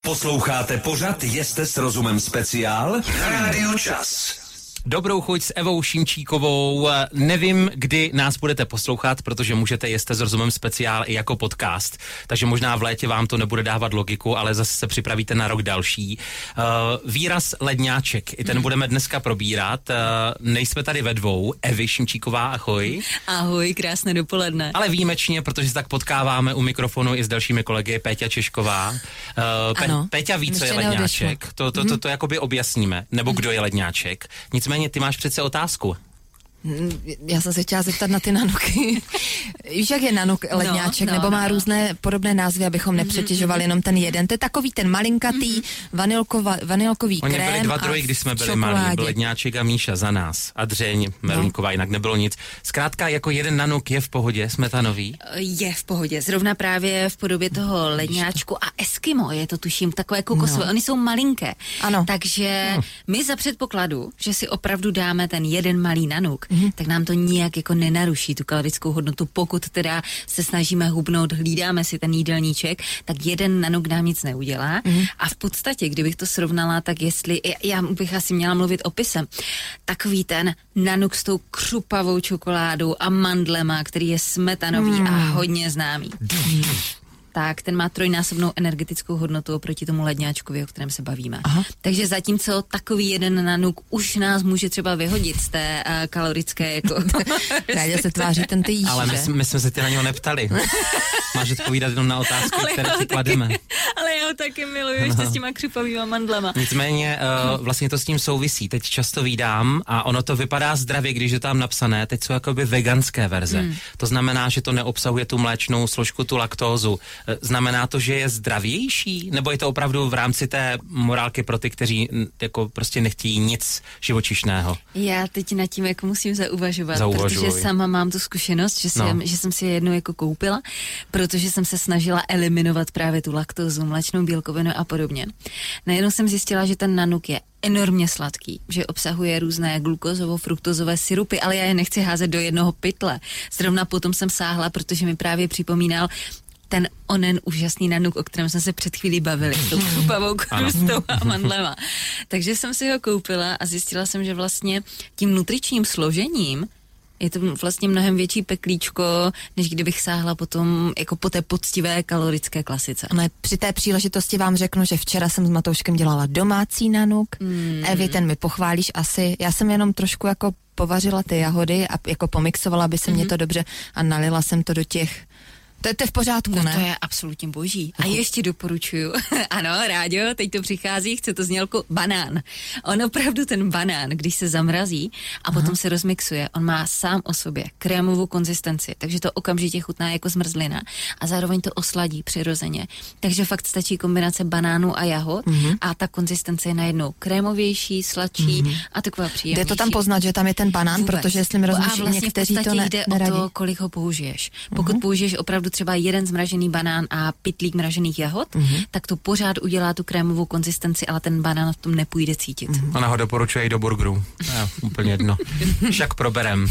Posloucháte pořad Jeste s rozumem speciál na Rádiu Čas. Dobrou chuť s Evou Šimčíkovou. Nevím, kdy nás budete poslouchat, protože můžete Jeste s rozumem speciál i jako podcast. Takže možná v létě vám to nebude dávat logiku, ale zase se připravíte na rok další. Výraz ledňáček, i ten budeme dneska probírat. Nejsme tady ve dvou. Evy Šimčíková, ahoj. Ahoj, krásné dopoledne. Ale výjimečně, protože se tak potkáváme u mikrofonu i s dalšími kolegy, Péťa Češková. Péťa ví, co je ledňáček. To jakoby objasníme. Nebo kdo je ledňáček. Nicméně ty máš přece otázku. Já jsem se chtěla zeptat na ty nanuky. Víš, jak je nanuk ledňáček, nebo má různé podobné názvy, abychom nepřetěžovali jenom ten jeden. To je takový ten malinkatý vanilkový krém. Oni byli dva druhy, když jsme byli malí. Byl ledňáček a Míša za nás. A dřeň Melunková, jinak nebylo nic. Zkrátka jako jeden nanuk je v pohodě, smetanový? Je v pohodě, zrovna právě v podobě toho ledňáčku a Eskimo je to tuším, takové kokosové. Oni jsou malinké. Ano. Takže my za předpokladu, že si opravdu dáme ten jeden malý nanuk, tak nám to nijak jako nenaruší tu kalorickou hodnotu, pokud teda se snažíme hubnout, hlídáme si ten jídelníček, tak jeden nanuk nám nic neudělá. A v podstatě, kdybych to srovnala, tak jestli, já bych asi měla mluvit opisem, takový ten nanuk s tou křupavou čokoládou a mandlema, který je smetanový a hodně známý. Tak ten má trojnásobnou energetickou hodnotu oproti tomu ledňáčkovi, o kterém se bavíme. Aha. Takže zatímco takový jeden nanuk už nás může třeba vyhodit z té kalorické jako... Rádi se tváří ten ty jíš, ale my jsme se tě na něho neptali. Máš odpovídat jenom na otázky, které ti klademe. Ale já ho taky miluju, ještě s těma křupavýma mandlema. Nicméně vlastně to s tím souvisí. Teď často vídám a ono to vypadá zdravě, když je tam napsané. Teď jsou jakoby veganské verze. To znamená, že to neobsahuje tu mléčnou složku, tu laktózu. Znamená to, že je zdravější? Nebo je to opravdu v rámci té morálky pro ty, kteří jako prostě nechtějí nic živočišného? Já teď nad tím jako musím zauvažovat, protože sama mám tu zkušenost, že jsem si je jednou jako koupila, protože jsem se snažila eliminovat právě tu laktózu, mléčnou bílkovinu a podobně. Najednou jsem zjistila, že ten nanuk je enormně sladký, že obsahuje různé glukozovo-fruktozové syrupy, ale já je nechci házet do jednoho pytle. Zrovna potom jsem sáhla, protože mi právě připomínal ten onen úžasný nanuk, o kterém jsme se před chvílí bavili, s tou křupavou krustou a mandlema. Takže jsem si ho koupila a zjistila jsem, že vlastně tím nutričním složením je to vlastně mnohem větší peklíčko, než kdybych sáhla potom jako po té poctivé kalorické klasice. No, při té příležitosti vám řeknu, že včera jsem s Matouškem dělala domácí nanuk. Evi, ten mi pochválíš asi. Já jsem jenom trošku jako povařila ty jahody a jako pomixovala, aby se mě to dobře a nalila jsem to do těch... To je v pořádku, ne? To je absolutně boží. A ještě doporučuju, ano, Ráďo, teď to přichází, chce to znělku banán. On opravdu ten banán, když se zamrazí a potom se rozmixuje, on má sám o sobě krémovou konzistenci, takže to okamžitě chutná jako zmrzlina a zároveň to osladí přirozeně. Takže fakt stačí kombinace banánu a jahod a ta konzistence je najednou krémovější, sladší a taková příjemnější. Jde to tam poznat, že tam je ten banán, vůbec. Protože jestli mi rozumíš, vlastně někteří to jde o to, kolik ho použiješ. Pokud použiješ opravdu třeba jeden zmražený banán a pytlík mražených jahod, tak to pořád udělá tu krémovou konzistenci, ale ten banán v tom nepůjde cítit. Ona ho doporučuje i do burgerů. Úplně jedno. Však proberem.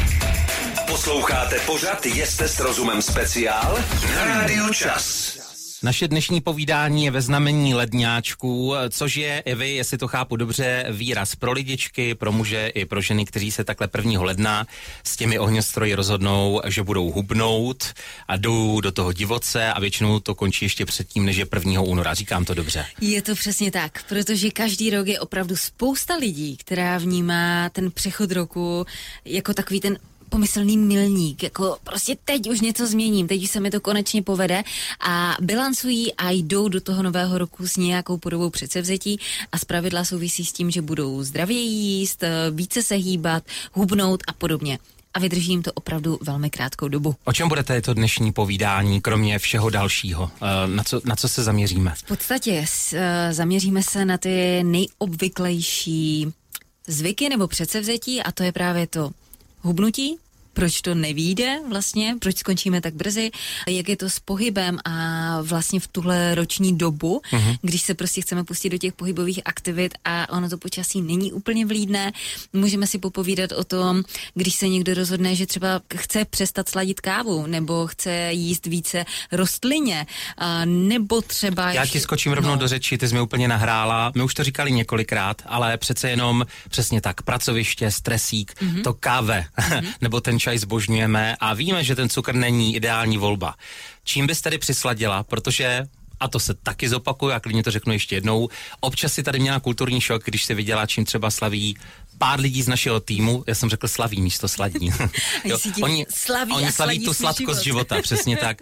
Posloucháte pořad Jeste s rozumem speciál na Rádiu Čas. Naše dnešní povídání je ve znamení ledňáčků, což je, Evy, jestli to chápu dobře, výraz pro lidičky, pro muže i pro ženy, kteří se takhle 1. ledna s těmi ohňostroji rozhodnou, že budou hubnout a jdou do toho divoce a většinou to končí ještě předtím, než je 1. února. Říkám to dobře. Je to přesně tak, protože každý rok je opravdu spousta lidí, která vnímá ten přechod roku jako takový ten pomyslný milník, jako prostě teď už něco změním, teď už se mi to konečně povede a bilancují a jdou do toho nového roku s nějakou podobou předsevzetí a zpravidla souvisí s tím, že budou zdravě jíst, více se hýbat, hubnout a podobně. A vydrží jim to opravdu velmi krátkou dobu. O čem budete to dnešní povídání, kromě všeho dalšího? Na co se zaměříme? V podstatě zaměříme se na ty nejobvyklejší zvyky nebo předsevzetí a to je právě to hubnutí, proč to nevyjde vlastně, proč skončíme tak brzy, jak je to s pohybem a vlastně v tuhle roční dobu, když se prostě chceme pustit do těch pohybových aktivit a ono to počasí není úplně vlídné. Můžeme si popovídat o tom, když se někdo rozhodne, že třeba chce přestat sladit kávu, nebo chce jíst více rostlině, nebo třeba... Já ti skočím rovnou do řeči, ty jsi mi úplně nahrála. My už to říkali několikrát, ale přece jenom přesně tak, pracoviště, stresík, to káve, nebo ten čaj zbožňujeme a víme, že ten cukr není ideální volba. Čím bys tedy přisladila, protože... A to se taky zopakuju, a klidně to řeknu ještě jednou. Občas si tady měla kulturní šok, když se viděla, čím třeba slaví pár lidí z našeho týmu. Já jsem řekl slaví místo sladí. Oni slaví tu sladkost života, přesně tak.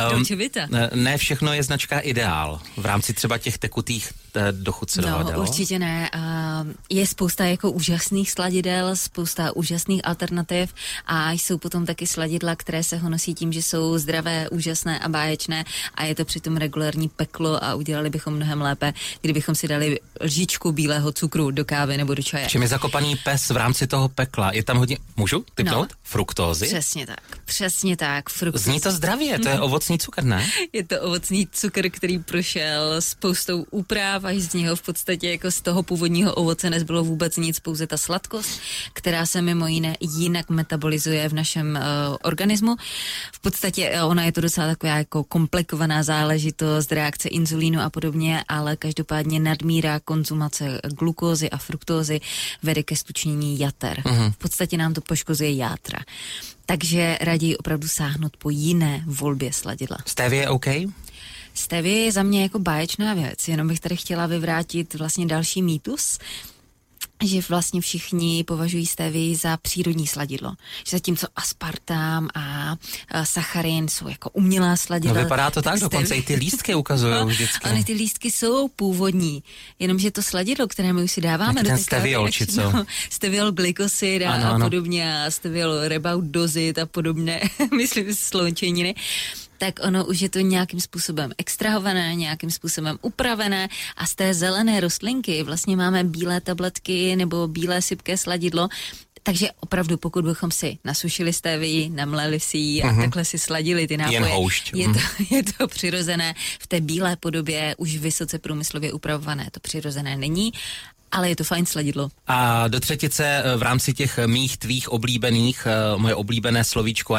Ne všechno je značka Ideál v rámci třeba těch tekutých dochut se dovádělo. Určitě ne. Je spousta jako úžasných sladidel, spousta úžasných alternativ a jsou potom taky sladidla, které se honosí tím, že jsou zdravé, úžasné a báječné a je to přitom regulární peklo a udělali bychom mnohem lépe, kdybychom si dali lžičku bílého cukru do kávy nebo do čaje. Čím je zakopaný pes v rámci toho pekla? Je tam hodně... Můžu typnout? No. Fruktózy? Přesně tak. Fruktózy. Zní to zdravě, to je ovocný cukr, ne? Je to ovocný cukr, který prošel spoustou úprav, až z něho v podstatě jako z toho původního ovoce nezbylo vůbec nic, pouze ta sladkost, která se mimo jiné jinak metabolizuje v našem organismu. V podstatě ona je to docela taková jako komplikovaná záležitost, reakce inzulínu a podobně, ale každopádně nadmíra konzumace glukózy a fruktózy vede ke stučnění jater. V podstatě nám to poškozuje játra. Takže raději opravdu sáhnout po jiné volbě sladidla. Stevie je OK? Stevie je za mě jako báječná věc, jenom bych tady chtěla vyvrátit vlastně další mýtus, že vlastně všichni považují stevii za přírodní sladidlo. Že zatímco aspartam a sacharin jsou jako umělá sladidla. No vypadá to tak, dokonce i ty lístky ukazují vždycky. Ale ty lístky jsou původní, jenomže to sladidlo, které my už si dáváme jak do ten steviol, či co? Steviol glykosid a podobně, a steviol rebaudozid a podobné, myslím, sloučeniny. Tak ono už je to nějakým způsobem extrahované, nějakým způsobem upravené a z té zelené rostlinky vlastně máme bílé tabletky nebo bílé sypké sladidlo. Takže opravdu, pokud bychom si nasušili stevii, namleli si ji a takhle si sladili ty nápoje, je to přirozené. V té bílé podobě už vysoce průmyslově upravované to přirozené není. Ale je to fajn sladidlo. A do třetice v rámci těch mých tvých oblíbených, moje oblíbené slovíčko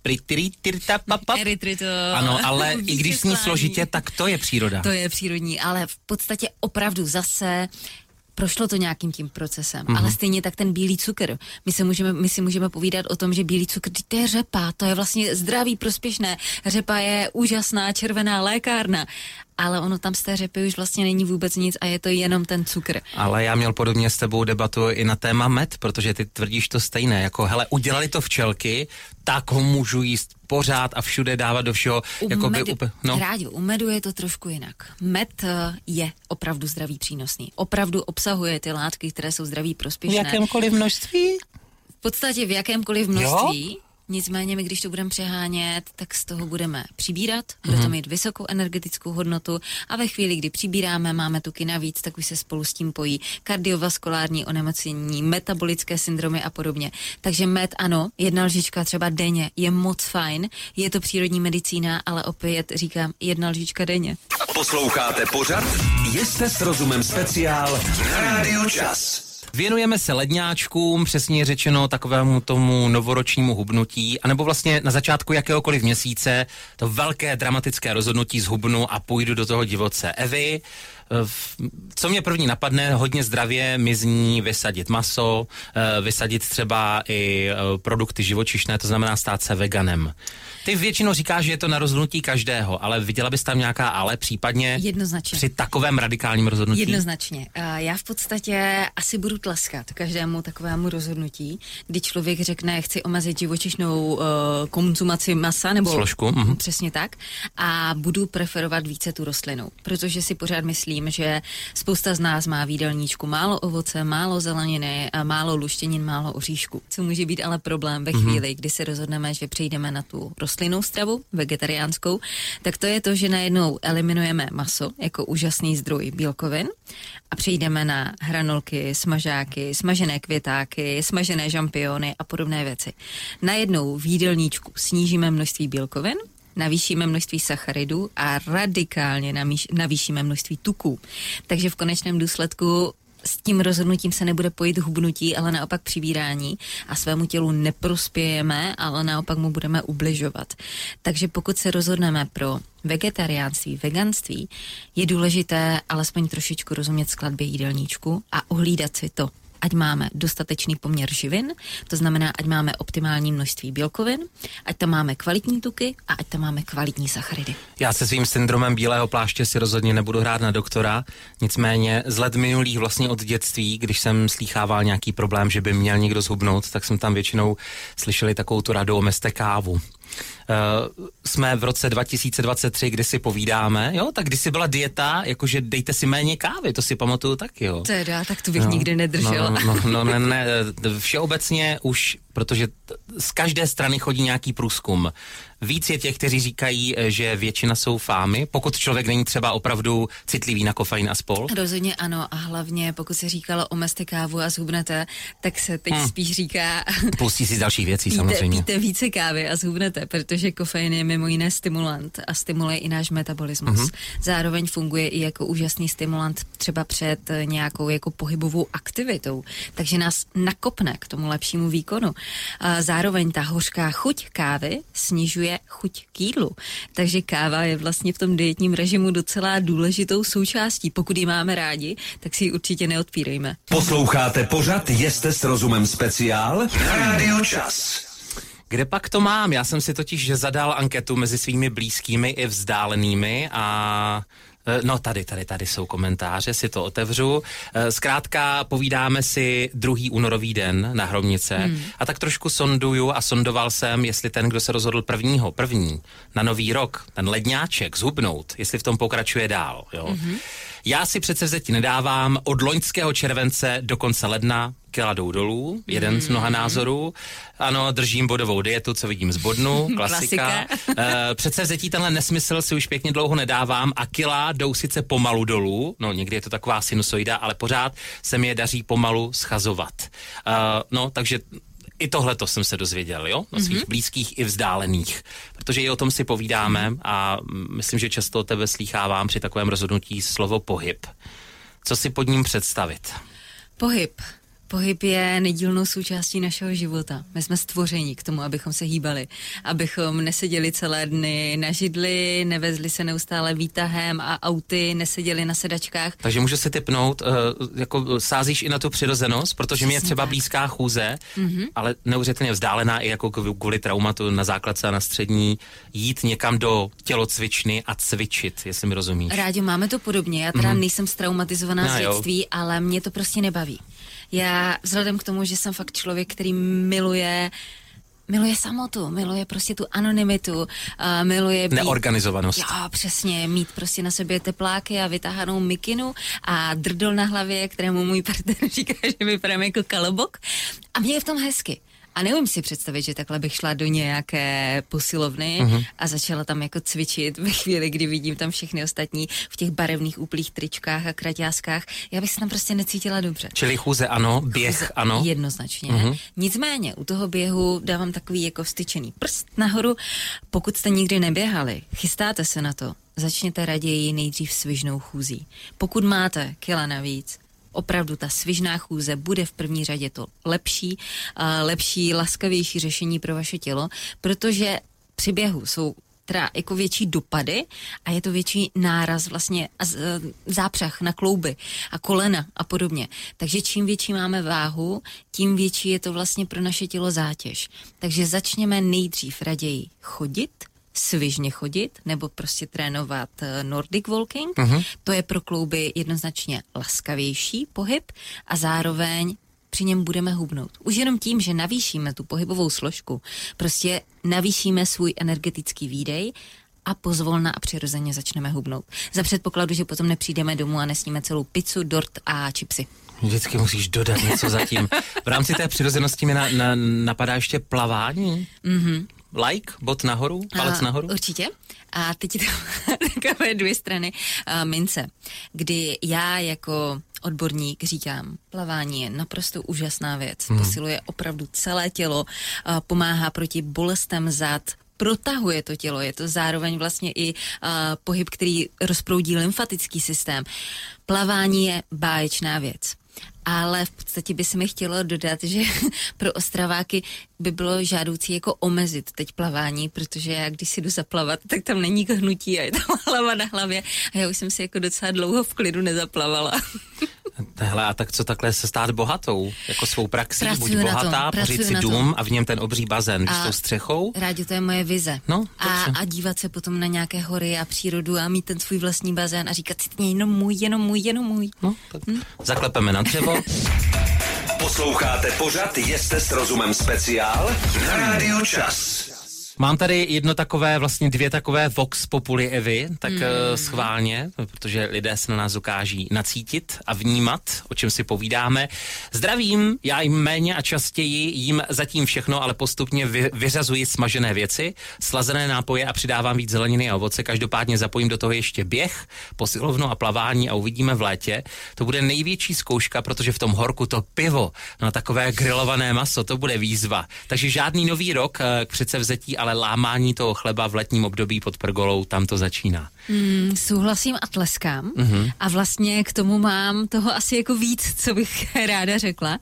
erytrito. Ano, ale i když sní složitě, tak to je příroda. To je přírodní, ale v podstatě opravdu zase prošlo to nějakým tím procesem, ale stejně tak ten bílý cukr. My si můžeme povídat o tom, že bílý cukr, to je řepa, to je vlastně zdraví, prospěšné. Řepa je úžasná červená lékárna, ale ono tam z té řepy už vlastně není vůbec nic a je to jenom ten cukr. Ale já měl podobně s tebou debatu i na téma med, protože ty tvrdíš to stejné, jako hele, udělali to včelky, tak ho můžu jíst pořád a všude dávat do všeho. Rádio, u medu je to trošku jinak. Med je opravdu zdravý, přínosný. Opravdu obsahuje ty látky, které jsou zdraví, prospěšné. V jakémkoliv množství? V podstatě v jakémkoliv množství. Jo? Nicméně my, když to budeme přehánět, tak z toho budeme přibírat, bude to mít vysokou energetickou hodnotu a ve chvíli, kdy přibíráme, máme tuky navíc, tak už se spolu s tím pojí kardiovaskulární onemocnění, metabolické syndromy a podobně. Takže med, ano, 1 lžička třeba denně je moc fajn, je to přírodní medicína, ale opět říkám 1 lžička denně. Posloucháte pořad Jste s rozumem speciál na Rádiu Čas. Věnujeme se ledňáčkům, přesně řečeno takovému tomu novoročnímu hubnutí, anebo vlastně na začátku jakéhokoliv měsíce to velké dramatické rozhodnutí zhubnu a půjdu do toho divoce. Evy, co mě první napadne, hodně zdravě mi zní vysadit maso, vysadit třeba i produkty živočišné, to znamená stát se veganem. Ty většinou říkáš, že je to na rozhodnutí každého, ale viděla bys tam nějaká ale případně jednoznačně při takovém radikálním rozhodnutí? Jednoznačně. Já v podstatě asi budu tleskat každému takovému rozhodnutí, kdy člověk řekne, chci omezit živočišnou konzumaci masa, nebo složku, přesně tak, a budu preferovat více tu rostlinu, protože si pořád myslím, vím, že spousta z nás má v jídelníčku málo ovoce, málo zeleniny, málo luštěnin, málo oříšku. Co může být ale problém ve chvíli, kdy se rozhodneme, že přejdeme na tu rostlinnou stravu, vegetariánskou, tak to je to, že najednou eliminujeme maso jako úžasný zdroj bílkovin a přejdeme na hranolky, smažáky, smažené květáky, smažené žampiony a podobné věci. Najednou v jídelníčku snížíme množství bílkovin, navýšíme množství sacharidů a radikálně navýšíme množství tuků. Takže v konečném důsledku s tím rozhodnutím se nebude pojít hubnutí, ale naopak přibírání a svému tělu neprospějeme, ale naopak mu budeme ubližovat. Takže pokud se rozhodneme pro vegetariánství, veganství, je důležité alespoň trošičku rozumět skladbě jídelníčku a ohlídat si to. Ať máme dostatečný poměr živin, to znamená, ať máme optimální množství bílkovin, ať tam máme kvalitní tuky a ať tam máme kvalitní sacharidy. Já se svým syndromem bílého pláště si rozhodně nebudu hrát na doktora, nicméně z let minulých vlastně od dětství, když jsem slýchával nějaký problém, že by měl někdo zhubnout, tak jsem tam většinou slyšeli takovou tu radu: omezte kávu. Jsme v roce 2023, kdy si povídáme, jo, tak když si byla dieta, jakože dejte si méně kávy, to si pamatuju taky, jo. Teda, tak to bych nikdy nedržela. Ne, všeobecně už, protože z každé strany chodí nějaký průzkum. Víc je těch, kteří říkají, že většina jsou fámy, pokud člověk není třeba opravdu citlivý na kofein a spol. Rozhodně ano, a hlavně pokud se říkalo omezte kávu a zhubnete, tak se teď spíš říká... Pustí si z dalších věcí samozřejmě. Píte více kávy a zhubnete, protože kofein je mimo jiné stimulant a stimuluje i náš metabolismus. Zároveň funguje i jako úžasný stimulant třeba před nějakou jako pohybovou aktivitou, takže nás nakopne k tomu lepšímu výkonu. Zároveň ta hořká chuť kávy snižuje chuť k jídlu. Takže káva je vlastně v tom dietním režimu docela důležitou součástí. Pokud ji máme rádi, tak si ji určitě neodpírejme. Posloucháte pořad Jeste s rozumem speciál na Rádiu Čas. Kde pak to mám? Já jsem si totiž zadal anketu mezi svými blízkými i vzdálenými a... No tady jsou komentáře, si to otevřu. Zkrátka povídáme si 2. únorový den na Hromnice a tak trošku sonduju a sondoval jsem, jestli ten, kdo se rozhodl první na nový rok, ten ledňáček zhubnout, jestli v tom pokračuje dál. Jo? Já si předsevzetí nedávám, od loňského července do konce ledna kila jdou dolů, jeden z mnoha názorů. Ano, držím bodovou dietu, co vidím z bodnu, klasika. Předsevzetí tenhle nesmysl si už pěkně dlouho nedávám a kila jdou sice pomalu dolů, no někdy je to taková sinusoida, ale pořád se mi je daří pomalu schazovat. No, takže i tohleto jsem se dozvěděl, jo, o svých blízkých i vzdálených, protože i o tom si povídáme a myslím, že často o tebe slýchávám při takovém rozhodnutí slovo pohyb. Co si pod ním představit? Pohyb je nedílnou součástí našeho života. My jsme stvoření k tomu, abychom se hýbali, abychom neseděli celé dny na židli, nevezli se neustále výtahem a auty, neseděli na sedačkách. Takže můžu se tipnout, jako sázíš i na tu přirozenost, protože mi je třeba blízká chůze, ale neuvěřitelně vzdálená i jako kvůli traumatu na základce a na střední, jít někam do tělocvičny a cvičit, jestli mi rozumíš. Rádio, máme to podobně. Já teda nejsem straumatizovaná z dětství, ale mě to prostě nebaví. Já vzhledem k tomu, že jsem fakt člověk, který miluje samotu, miluje prostě tu anonymitu, miluje být... Neorganizovanost. Jo, přesně, mít prostě na sobě tepláky a vytáhanou mikinu a drdol na hlavě, kterému můj partner říká, že vypadám jako kalobok. A mě je v tom hezky. A neumím si představit, že takhle bych šla do nějaké posilovny a začala tam jako cvičit ve chvíli, kdy vidím tam všechny ostatní v těch barevných úplných tričkách a kraťáskách. Já bych se tam prostě necítila dobře. Čili chůze ano, běh ano? Jednoznačně. Nicméně u toho běhu dávám takový jako vstyčený prst nahoru. Pokud jste nikdy neběhali, chystáte se na to, začněte raději nejdřív svižnou chůzí. Pokud máte kila navíc, opravdu ta svižná chůze bude v první řadě to lepší, laskavější řešení pro vaše tělo, protože při běhu jsou teda jako větší dopady a je to větší náraz vlastně a zápřah na klouby a kolena a podobně. Takže čím větší máme váhu, tím větší je to vlastně pro naše tělo zátěž. Takže začněme nejdřív raději chodit, svižně chodit, nebo prostě trénovat Nordic walking. To je pro klouby jednoznačně laskavější pohyb a zároveň při něm budeme hubnout. Už jenom tím, že navýšíme tu pohybovou složku, prostě navýšíme svůj energetický výdej a pozvolna a přirozeně začneme hubnout. Za předpokladu, že potom nepřijdeme domů a nesníme celou pizzu, dort a čipsy. Vždycky musíš dodat něco zatím. V rámci té přirozenosti mi napadá ještě plavání. Like, bod nahoru, palec nahoru? Určitě. A teď je to takové dvě strany mince, kdy já jako odborník říkám, plavání je naprosto úžasná věc. Posiluje opravdu celé tělo, pomáhá proti bolestem zad, protahuje to tělo, je to zároveň vlastně i pohyb, který rozproudí lymfatický systém. Plavání je báječná věc. Ale v podstatě by se mi chtělo dodat, že pro Ostraváky by bylo žádoucí jako omezit teď plavání, protože já když si jdu zaplavat, tak tam není hnutí a je tam hlava na hlavě a já už jsem si jako docela dlouho v klidu nezaplavala. Hele, a tak co takhle se stát bohatou? Jako svou praxí, buď bohatá, pořít si dům a v něm ten obří bazén s tou střechou? Rádi, to je moje vize. No, a dívat se potom na nějaké hory a přírodu a mít ten svůj vlastní bazén a říkat si, jenom můj. No, tak zaklepeme na dřevo. Posloucháte pořad Jeste s rozumem speciál na Rádiu Čas. Mám tady vlastně dvě takové vox populi Evy, tak schválně, protože lidé se na nás dokáží nacítit a vnímat, o čem si povídáme. Zdravím, já jim méně a častěji jím zatím všechno, ale postupně vyřazuji smažené věci, slazené nápoje a přidávám víc zeleniny a ovoce. Každopádně zapojím do toho ještě běh, posilovnu a plavání a uvidíme v létě. To bude největší zkouška, protože v tom horku to pivo, no takové grilované maso, to bude výzva. Takže žádný nový rok k předsevzetí, ale lámání toho chleba v letním období pod pergolou, tam to začíná. Souhlasím a tleskám. A vlastně k tomu mám toho asi jako víc, co bych ráda řekla.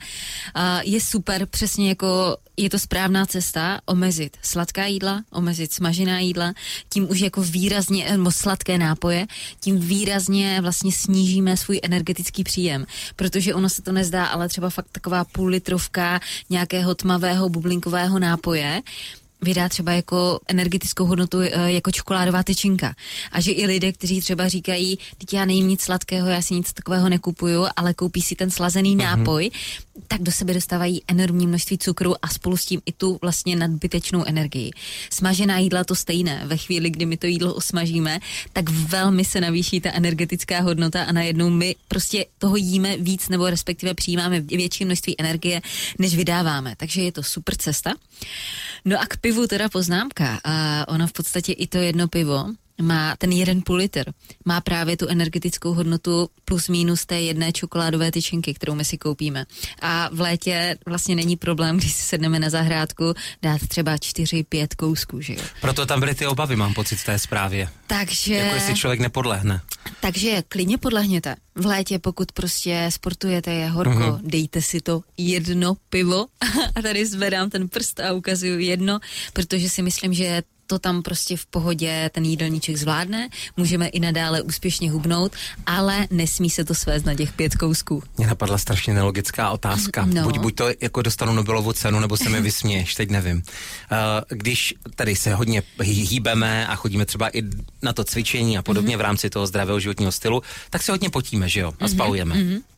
Je super, přesně jako je to správná cesta omezit sladká jídla, omezit smažená jídla, tím už jako výrazně, sladké nápoje, tím výrazně vlastně snížíme svůj energetický příjem, protože ono se to nezdá, ale třeba fakt taková půllitrovka nějakého tmavého bublinkového nápoje vydá třeba jako energetickou hodnotu jako čokoládová tyčinka. A že i lidé, kteří třeba říkají, teď já nejím nic sladkého, já si nic takového nekupuju, ale koupí si ten slazený nápoj, tak do sebe dostávají enormní množství cukru a spolu s tím i tu vlastně nadbytečnou energii. Smažená jídla to stejné. Ve chvíli, kdy my to jídlo osmažíme, tak velmi se navýší ta energetická hodnota a najednou my prostě toho jíme víc nebo respektive přijímáme větší množství energie, než vydáváme. Takže je to super cesta. No a k pivu teda poznámka. A ono v podstatě i to jedno pivo má ten 1,5 litr. Má právě tu energetickou hodnotu plus minus té jedné čokoládové tyčinky, kterou my si koupíme. A v létě vlastně není problém, když si sedneme na zahrádku, dát třeba 4-5 kousků, že jo. Proto tam byly ty obavy, mám pocit v té zprávě. Takže... Jako jestli člověk nepodlehne. Takže klidně podlehněte. V létě, pokud prostě sportujete, je horko, dejte si to jedno pivo a tady zvedám ten prst a ukazuju jedno, protože si myslím, že to tam prostě v pohodě ten jídelníček zvládne, můžeme i nadále úspěšně hubnout, ale nesmí se to svést na těch 5 kousků. Mně napadla strašně nelogická otázka. No. Buď to jako dostanu Nobelovu cenu, nebo se mi vysměješ, teď nevím. Když tady se hodně hýbeme a chodíme třeba i na to cvičení a podobně v rámci toho zdravého životního stylu, tak se hodně potíme, že jo? A spalujeme.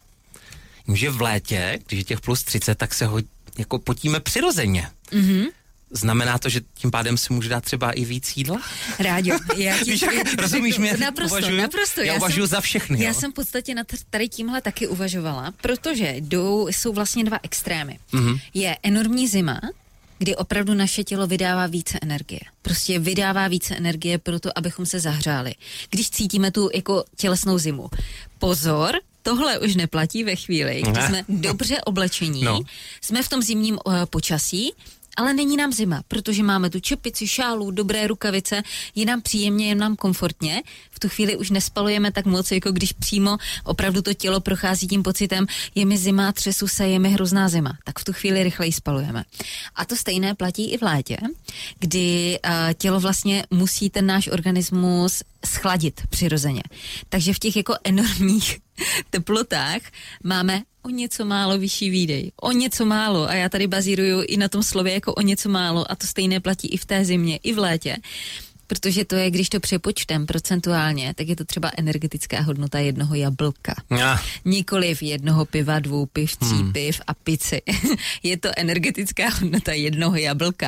Že v létě, když je těch plus 30, tak se jako potíme přirozeně. Znamená to, že tím pádem si můžu dát třeba i víc jídla? Rádio. Rozumíš mě? Naprosto. Já uvažuji za všechny. Já jsem v podstatě nad tady tímhle taky uvažovala, protože jsou vlastně dva extrémy. Je enormní zima, kdy opravdu naše tělo vydává více energie. Prostě vydává více energie pro to, abychom se zahřáli. Když cítíme tu jako tělesnou zimu. Pozor, tohle už neplatí ve chvíli, kdy jsme dobře oblečení, jsme v tom zimním počasí, ale není nám zima, protože máme tu čepici, šálu, dobré rukavice, je nám příjemně, je nám komfortně. V tu chvíli už nespalujeme tak moc, jako když přímo opravdu to tělo prochází tím pocitem, je mi zima, třesu se, je mi hrozná zima. Tak v tu chvíli rychleji spalujeme. A to stejné platí i v létě, kdy tělo vlastně musí ten náš organismus schladit přirozeně. Takže v těch jako enormních teplotách máme o něco málo vyšší výdej. O něco málo. A já tady bazíruju i na tom slově jako o něco málo a to stejné platí i v té zimě, i v létě. protože to je, když to přepočtem procentuálně, tak je to třeba energetická hodnota jednoho jablka. Nikoliv jednoho piva, 2 piv, 3 piv a pici. Je to energetická hodnota jednoho jablka.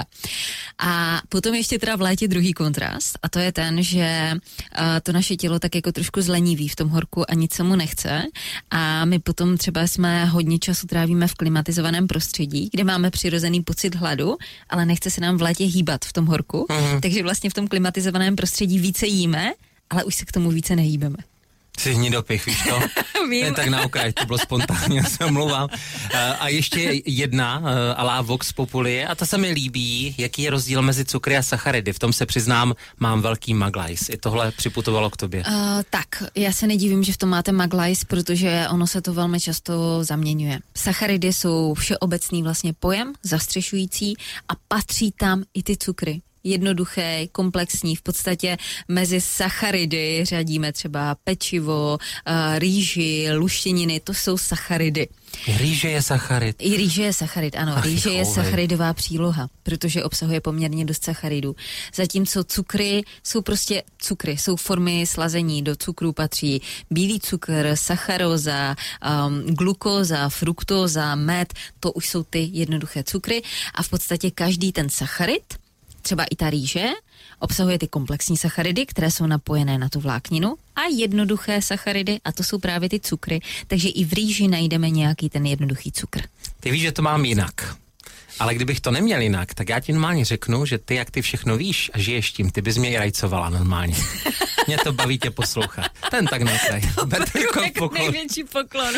A potom ještě teda v létě druhý kontrast a to je ten, že to naše tělo tak jako trošku zleniví v tom horku a nic se mu nechce a my potom třeba jsme hodně času trávíme v klimatizovaném prostředí, kde máme přirozený pocit hladu, ale nechce se nám v létě hýbat v tom horku, takže vlastně v tom klimatizovaném prostředí více jíme, ale už se k tomu více nehýbeme. Jsi hnidopich, víš to? Jen tak na okraj, to bylo spontánně, se omlouvám. A ještě jedna alá Vox Populi, a to se mi líbí, jaký je rozdíl mezi cukry a sacharidy. V tom se přiznám, mám velký maglajs. I tohle připutovalo k tobě. Tak, já se nedivím, že v tom máte maglajs, protože ono se to velmi často zaměňuje. Sacharidy jsou všeobecný vlastně pojem, zastřešující a patří tam i ty cukry. Jednoduché, komplexní, v podstatě mezi sacharidy řadíme třeba pečivo, rýži, luštěniny, to jsou sacharidy. Rýže je sacharid. I rýže je sacharid, ano. Rýže je sacharidová příloha, protože obsahuje poměrně dost sacharidů. Zatímco cukry jsou prostě cukry, jsou formy slazení. Do cukru patří bílý cukr, sacharóza, glukóza, fruktóza, med, to už jsou ty jednoduché cukry a v podstatě každý ten sacharid, třeba i ta rýže, obsahuje ty komplexní sacharidy, které jsou napojené na tu vlákninu a jednoduché sacharidy a to jsou právě ty cukry, takže i v rýži najdeme nějaký ten jednoduchý cukr. Ty víš, že to mám jinak. Ale kdybych to neměl jinak, tak já ti normálně řeknu, že ty, jak ty všechno víš a žiješ tím, ty bys mě i rajcovala normálně. Mě to baví tě poslouchat. Ten tak nekraj. Jako největší poklon.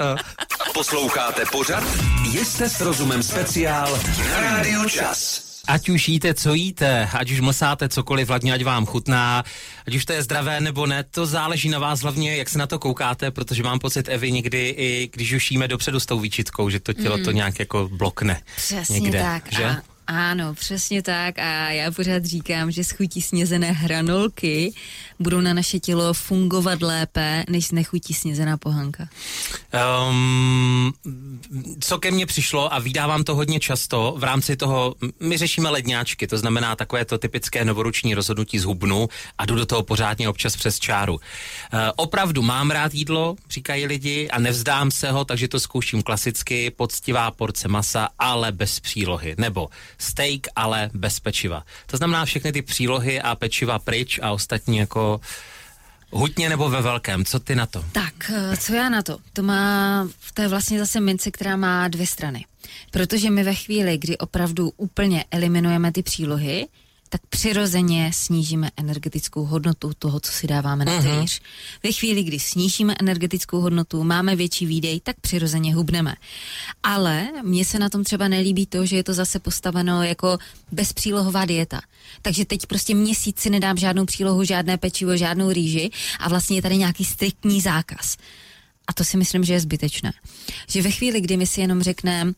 Posloucháte pořad Jste s rozumem speciál na Rádiu Čas. Ať už jíte, co jíte, ať už mlsáte cokoliv, hlavně ať vám chutná, ať už to je zdravé nebo ne, to záleží na vás hlavně, jak se na to koukáte, protože mám pocit, Evi, někdy i když už jíme dopředu s tou výčitkou, že to tělo to nějak jako blokne. Přesně někde, tak. Že? Ano, přesně tak a já pořád říkám, že s chutí snězené hranolky budou na naše tělo fungovat lépe, než s nechutí snězená pohanka. Co ke mně přišlo a vídávám to hodně často, v rámci toho, my řešíme ledňáčky, to znamená takové to typické novoroční rozhodnutí z hubnu a jdu do toho pořádně občas přes čáru. Opravdu mám rád jídlo, říkají lidi, a nevzdám se ho, takže to zkouším klasicky, poctivá porce masa, ale bez přílohy, nebo steak, ale bez pečiva. To znamená všechny ty přílohy a pečiva pryč a ostatní jako hutně nebo ve velkém. Co ty na to? Tak, co já na to? To je vlastně zase mince, která má 2 strany. Protože my ve chvíli, kdy opravdu úplně eliminujeme ty přílohy, tak přirozeně snížíme energetickou hodnotu toho, co si dáváme na talíř. Ve chvíli, kdy snížíme energetickou hodnotu, máme větší výdej, tak přirozeně hubneme. Ale mně se na tom třeba nelíbí to, že je to zase postaveno jako bezpřílohová dieta. Takže teď prostě měsíc si nedám žádnou přílohu, žádné pečivo, žádnou rýži a vlastně je tady nějaký striktní zákaz. A to si myslím, že je zbytečné. Že ve chvíli, kdy my si jenom řekneme,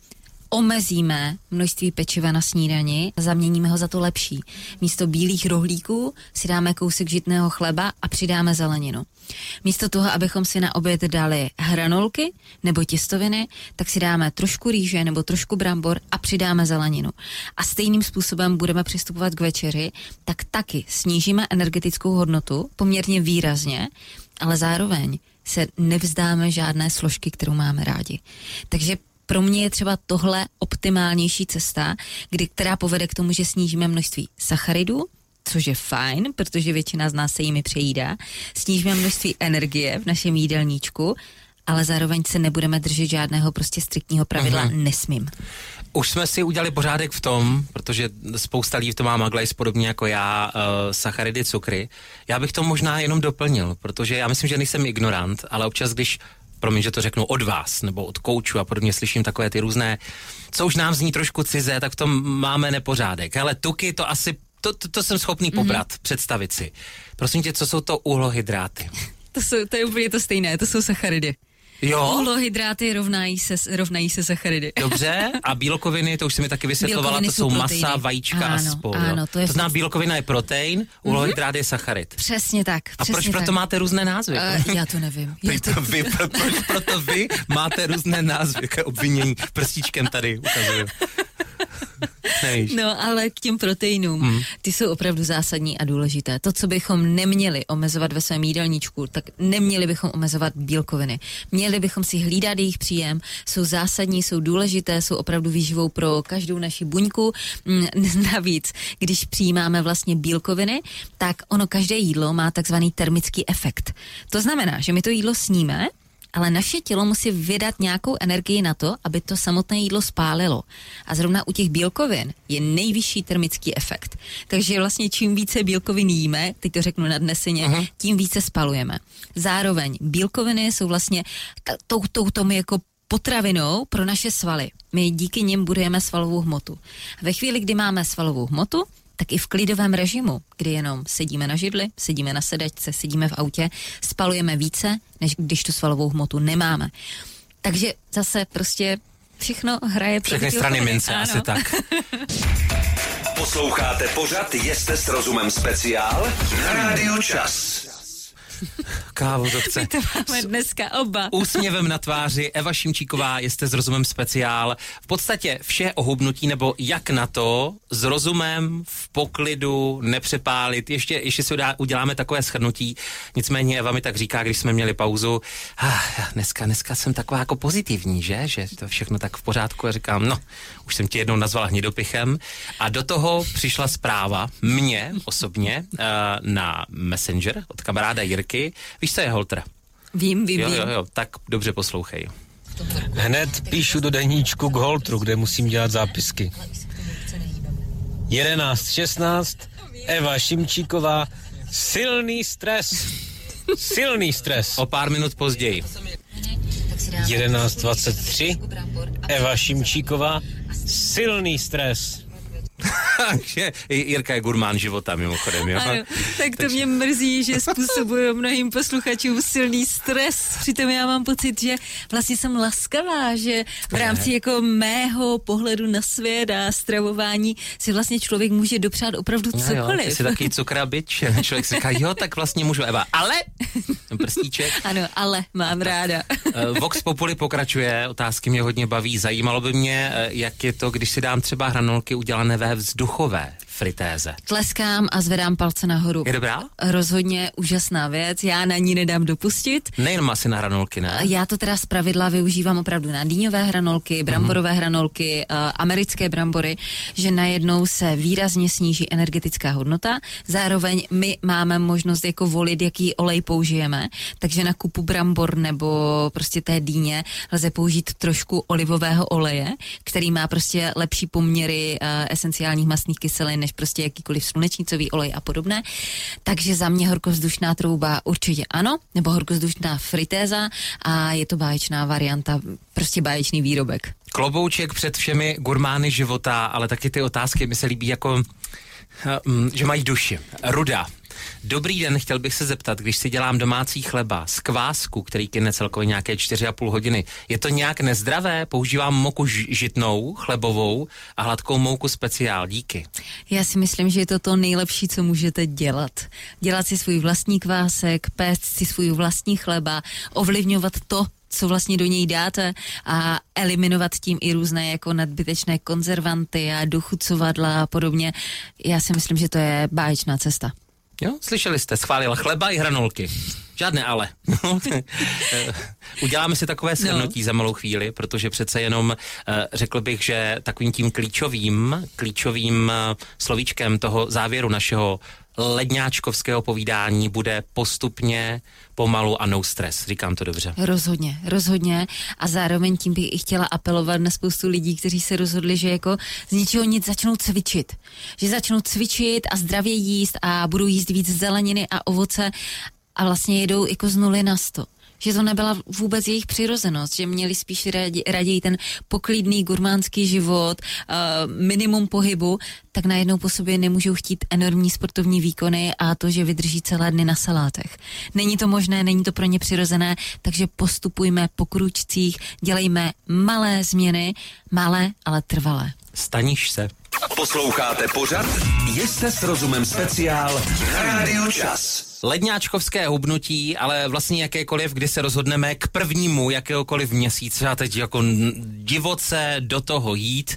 omezíme množství pečiva na snídani, zaměníme ho za to lepší. Místo bílých rohlíků si dáme kousek žitného chleba a přidáme zeleninu. Místo toho, abychom si na oběd dali hranolky nebo těstoviny, tak si dáme trošku rýže nebo trošku brambor a přidáme zeleninu. A stejným způsobem budeme přistupovat k večeři, tak taky snížíme energetickou hodnotu poměrně výrazně, ale zároveň se nevzdáme žádné složky, kterou máme rádi. Takže pro mě je třeba tohle optimálnější cesta, která povede k tomu, že snížíme množství sacharidů, což je fajn, protože většina z nás se jimi přejídá, snížíme množství energie v našem jídelníčku, ale zároveň se nebudeme držet žádného prostě striktního pravidla, nesmím. Už jsme si udělali pořádek v tom, protože spousta lidí to má maglajs podobně jako já, sacharidy, cukry. Já bych to možná jenom doplnil, protože já myslím, že nejsem ignorant, ale občas, když promiň, že to řeknu od vás, nebo od koučů a podobně slyším takové ty různé, co už nám zní trošku cizé, tak v tom máme nepořádek. Ale tuky to asi, to jsem schopný pobrat, představit si. Prosím tě, co jsou to uhlohydráty? To je úplně to stejné, to jsou sacharidy. Jo? Uhlohydráty rovnají se sacharidy. Dobře, a bílkoviny, to už si mi taky vysvětlovala, to jsou proteiny. masa, vajíčka a spol. Ano, to je to znamená, bílkovina je protein, uhlohydrát je sacharid. Přesně tak. A proč proto máte různé názvy? Já to nevím. Proč proto vy máte různé názvy? Jaké obvinění prstíčkem tady ukazuju. Nevíš. No, ale k těm proteinům, ty jsou opravdu zásadní a důležité. To, co bychom neměli omezovat ve svém jídelníčku, tak neměli bychom omezovat bílkoviny. Měli bychom si hlídat jejich příjem, jsou zásadní, jsou důležité, jsou opravdu výživou pro každou naši buňku. Navíc, když přijímáme vlastně bílkoviny, tak ono každé jídlo má takzvaný termický efekt. To znamená, že my to jídlo sníme, ale naše tělo musí vydat nějakou energii na to, aby to samotné jídlo spálilo. A zrovna u těch bílkovin je nejvyšší termický efekt. Takže vlastně čím více bílkovin jíme, teď to řeknu nadneseně, tím více spalujeme. Zároveň bílkoviny jsou vlastně tou jako potravinou pro naše svaly. My díky nim budujeme svalovou hmotu. A ve chvíli, kdy máme svalovou hmotu, tak i v klidovém režimu, kdy jenom sedíme na židli, sedíme na sedačce, sedíme v autě, spalujeme více, než když tu svalovou hmotu nemáme. Takže zase prostě všechno hraje všechny strany mince, asi tak. Posloucháte pořad Jeste s rozumem speciál na Rádiu Čas. Kávo to chce. My to máme dneska oba. Úsměvem na tváři Eva Šimčíková, Jste s rozumem speciál. V podstatě vše o hubnutí, nebo jak na to, s rozumem, v poklidu, nepřepálit. Ještě si uděláme takové shrnutí. Nicméně Eva mi tak říká, když jsme měli pauzu, dneska jsem taková jako pozitivní, že to všechno tak v pořádku. A říkám, no, už jsem tě jednou nazvala hnidopichem. A do toho přišla zpráva mně osobně na Messenger od kamaráda Jirky. Víš, co je holtra? Vím. Jo, tak dobře poslouchej. Hned píšu do deníčku k holtru, kde musím dělat zápisky. 11:16, Eva Šimčíková, silný stres. O pár minut později. 11:23, Eva Šimčíková, silný stres. Takže Jirka je gurmán života, mimochodem, jo? Ano, tak to mě mrzí, že způsobuje mnohým posluchačům silný stres. Přitom já mám pocit, že vlastně jsem laskavá, že v rámci jako mého pohledu na svět a stravování si vlastně člověk může dopřát opravdu cokoliv. Jo, ty jsi takový cukrabič. Člověk si říká, jo, tak vlastně můžu, Eva, ale... Prstíček. Ano, ale mám ráda. Vox Populi pokračuje, otázky mě hodně baví. Zajímalo by mě, jak je to, když si dám třeba hranolky udělané ve vzduchové fritéze. Tleskám a zvedám palce nahoru. Je dobrá? Rozhodně úžasná věc, já na ní nedám dopustit. Nejenom asi na hranolky, ne? Já to teda zpravidla využívám opravdu na dýňové hranolky, bramborové hranolky, americké brambory, že najednou se výrazně sníží energetická hodnota. Zároveň my máme možnost jako volit, jaký olej použijeme, takže na kupu brambor nebo prostě té dýně lze použít trošku olivového oleje, který má prostě lepší poměry esenciálních mastných kyselin než prostě jakýkoliv slunečnicový olej a podobné. Takže za mě horkovzdušná trouba určitě ano, nebo horkovzdušná fritéza a je to báječná varianta, prostě báječný výrobek. Klobouček před všemi gurmány života, ale taky ty otázky mi se líbí jako, že mají duši. Ruda. Dobrý den, chtěl bych se zeptat, když si dělám domácí chleba z kvásku, který kyne celkově nějaké 4,5 hodiny, je to nějak nezdravé? Používám mouku žitnou, chlebovou a hladkou mouku speciál. Díky. Já si myslím, že je to to nejlepší, co můžete dělat. Dělat si svůj vlastní kvásek, péct si svůj vlastní chleba, ovlivňovat to, co vlastně do něj dáte a eliminovat tím i různé jako nadbytečné konzervanty a dochucovadla a podobně. Já si myslím, že to je báječná cesta. Jo, slyšeli jste, schválila chleba i hranolky. Žádné ale. Uděláme si takové shrnutí za malou chvíli, protože přece jenom řekl bych, že takovým tím klíčovým slovíčkem toho závěru našeho ledňáčkovského povídání bude postupně, pomalu a no stres. Říkám to dobře. Rozhodně. A zároveň tím bych i chtěla apelovat na spoustu lidí, kteří se rozhodli, že jako z ničeho nic začnou cvičit. Že začnou cvičit a zdravě jíst a budou jíst víc zeleniny a ovoce a vlastně jedou jako z 0 na 100. Že to nebyla vůbec jejich přirozenost, že měli spíš raději ten poklidný gurmánský život, minimum pohybu, tak najednou po sobě nemůžou chtít enormní sportovní výkony a to, že vydrží celé dny na salátech. Není to možné, není to pro ně přirozené, takže postupujme po kručcích, dělejme malé změny, malé, ale trvalé. Staníš se. Posloucháte pořad Jste s rozumem speciál na Rádiu Čas. Ledňáčkovské hubnutí, ale vlastně jakékoliv, kdy se rozhodneme k prvnímu jakéhokoliv měsíce a teď jako divoce do toho jít.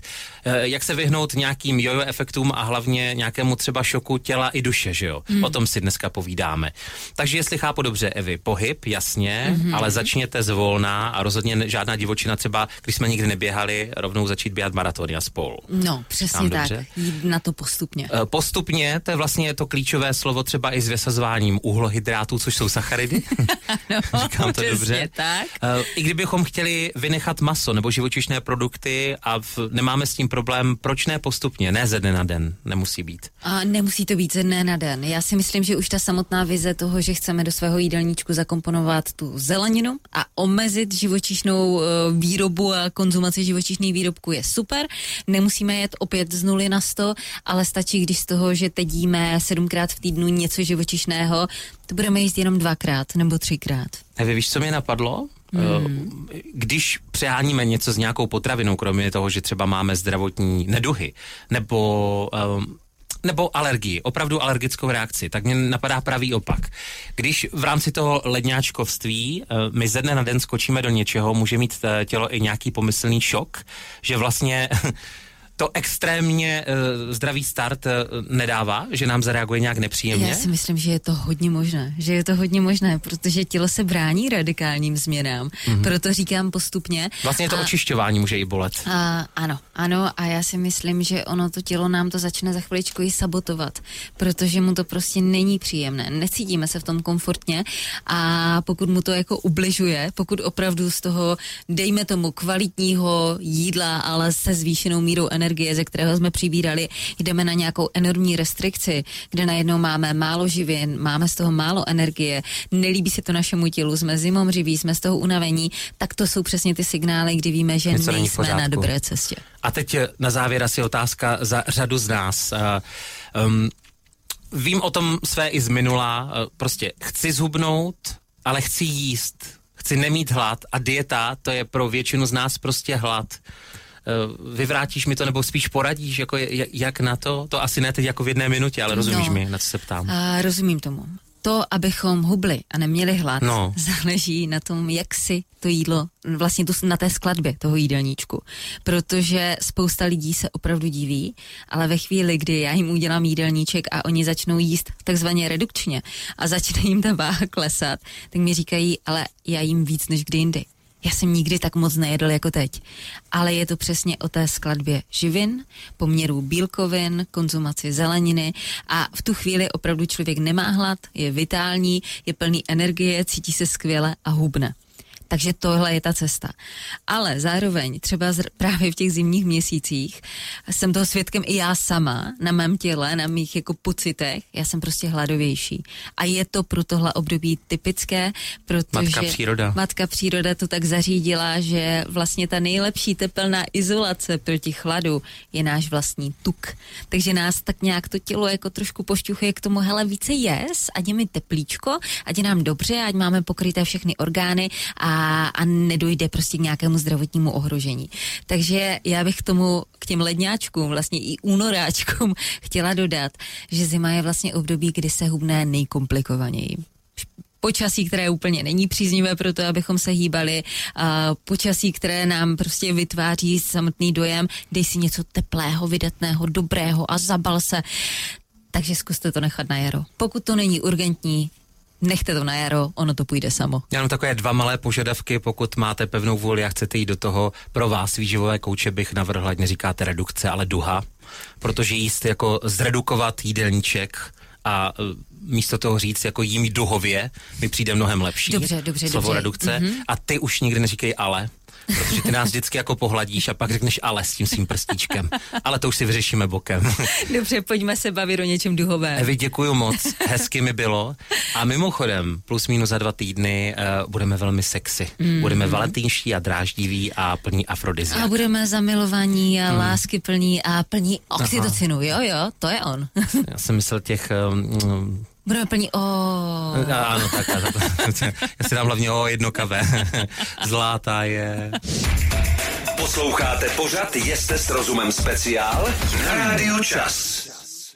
Jak se vyhnout nějakým jojo efektům a hlavně nějakému třeba šoku těla i duše, že jo? O tom si dneska povídáme. Takže jestli chápu dobře, Evi, pohyb, jasně, ale začněte zvolna a rozhodně žádná divočina, třeba když jsme nikdy neběhali, rovnou začít běhat maratony a spolu. No, přesně tak. Jít na to postupně. Postupně, to je vlastně to klíčové slovo třeba i s vysazováním uhlohydrátů, což jsou sacharidy. No, říkám to dobře. Tak. I kdybychom chtěli vynechat maso nebo živočišné produkty a nemáme s tím problém, proč ne postupně, ne ze dne na den, nemusí být. A nemusí to být ze dne na den. Já si myslím, že už ta samotná vize toho, že chceme do svého jídelníčku zakomponovat tu zeleninu a omezit živočišnou výrobu a konzumaci živočišných výrobků je super. Nemusíme jet opět z 0 na 100, ale stačí, když z toho, že teď jíme 7krát v týdnu něco živočišného, to budeme jíst jenom 2krát nebo 3krát. Nevy, víš, co mě napadlo? Když přeháníme něco s nějakou potravinou, kromě toho, že třeba máme zdravotní neduhy, nebo alergii, opravdu alergickou reakci, tak mě napadá pravý opak. Když v rámci toho ledňáčkovství my ze dne na den skočíme do něčeho, může mít tělo i nějaký pomyslný šok, že vlastně to extrémně zdravý start nedává, že nám zareaguje nějak nepříjemně? Já si myslím, že je to hodně možné, protože tělo se brání radikálním změnám, proto říkám postupně. Vlastně to očišťování může i bolet. Ano, a já si myslím, že ono to tělo nám to začne za chviličku i sabotovat, protože mu to prostě není příjemné, necítíme se v tom komfortně a pokud mu to jako ubližuje, pokud opravdu z toho, dejme tomu kvalitního jídla, ale se zvýšenou mírou energie, ze kterého jsme přibírali, jdeme na nějakou enormní restrikci, kde najednou máme málo živin, máme z toho málo energie, nelíbí se to našemu tělu, jsme zimomřiví, jsme z toho unavení, tak to jsou přesně ty signály, kdy víme, že nejsme na dobré cestě. A teď na závěr asi otázka za řadu z nás. Vím o tom své i z minula, prostě chci zhubnout, ale chci jíst, chci nemít hlad a dieta, to je pro většinu z nás prostě hlad. Vyvrátíš mi to, nebo spíš poradíš, jako jak na to? To asi ne teď jako v 1 minutě, ale rozumíš mi, na co se ptám. Rozumím tomu. To, abychom hubli a neměli hlad, záleží na tom, jak si to jídlo, vlastně na té skladbě toho jídelníčku. Protože spousta lidí se opravdu diví, ale ve chvíli, kdy já jim udělám jídelníček a oni začnou jíst takzvaně redukčně a začne jim ta váha klesat, tak mi říkají, ale já jim víc než kdy jindy. Já jsem nikdy tak moc nejedl jako teď. Ale je to přesně o té skladbě živin, poměrů bílkovin, konzumaci zeleniny a v tu chvíli opravdu člověk nemá hlad, je vitální, je plný energie, cítí se skvěle a hubne. Takže tohle je ta cesta. Ale zároveň třeba právě v těch zimních měsících jsem toho svědkem i já sama, na mém těle, na mých jako pocitech, já jsem prostě hladovější. A je to pro tohle období typické, protože Matka příroda to tak zařídila, že vlastně ta nejlepší tepelná izolace proti chladu je náš vlastní tuk. Takže nás tak nějak to tělo jako trošku pošťuchuje k tomu, hele, více jes, ať je mi teplíčko, ať je nám dobře, ať máme pokryté všechny orgány a nedojde prostě k nějakému zdravotnímu ohrožení. Takže já bych k těm ledňáčkům, vlastně i únoráčkům chtěla dodat, že zima je vlastně období, kdy se hubne nejkomplikovaněji. Počasí, které úplně není příznivé pro to, abychom se hýbali, počasí, které nám prostě vytváří samotný dojem, dej si něco teplého, vydatného, dobrého a zabal se. Takže zkuste to nechat na jaro. Pokud to není urgentní, nechte to na jaro, ono to půjde samo. Já mám takové 2 malé požadavky, pokud máte pevnou vůli a chcete jít do toho, pro vás výživové kouče bych navrhl, ať neříkáte redukce, ale duha, protože jíst jako zredukovat jídelníček a místo toho říct jako jím duhově, mi přijde mnohem lepší. Dobře. Slovo redukce. A ty už nikdy neříkej ale, protože ty nás vždycky jako pohladíš a pak řekneš ale s tím svým prstíčkem. Ale to už si vyřešíme bokem. Dobře, pojďme se bavit o něčem duhovém. Evi, děkuju moc, hezky mi bylo. A mimochodem, plus minus za 2 týdny budeme velmi sexy. Budeme valentýnští a dráždiví a plní afrodiziak. A budeme zamilovaní a lásky plní a plní oxytocinu. Jo, to je on. Já jsem myslel těch... Budeme plní Ano, tak. Já si dám hlavně 1 kafe. Zlátá je. Posloucháte pořad Jeste s rozumem speciál na Rádiu Čas.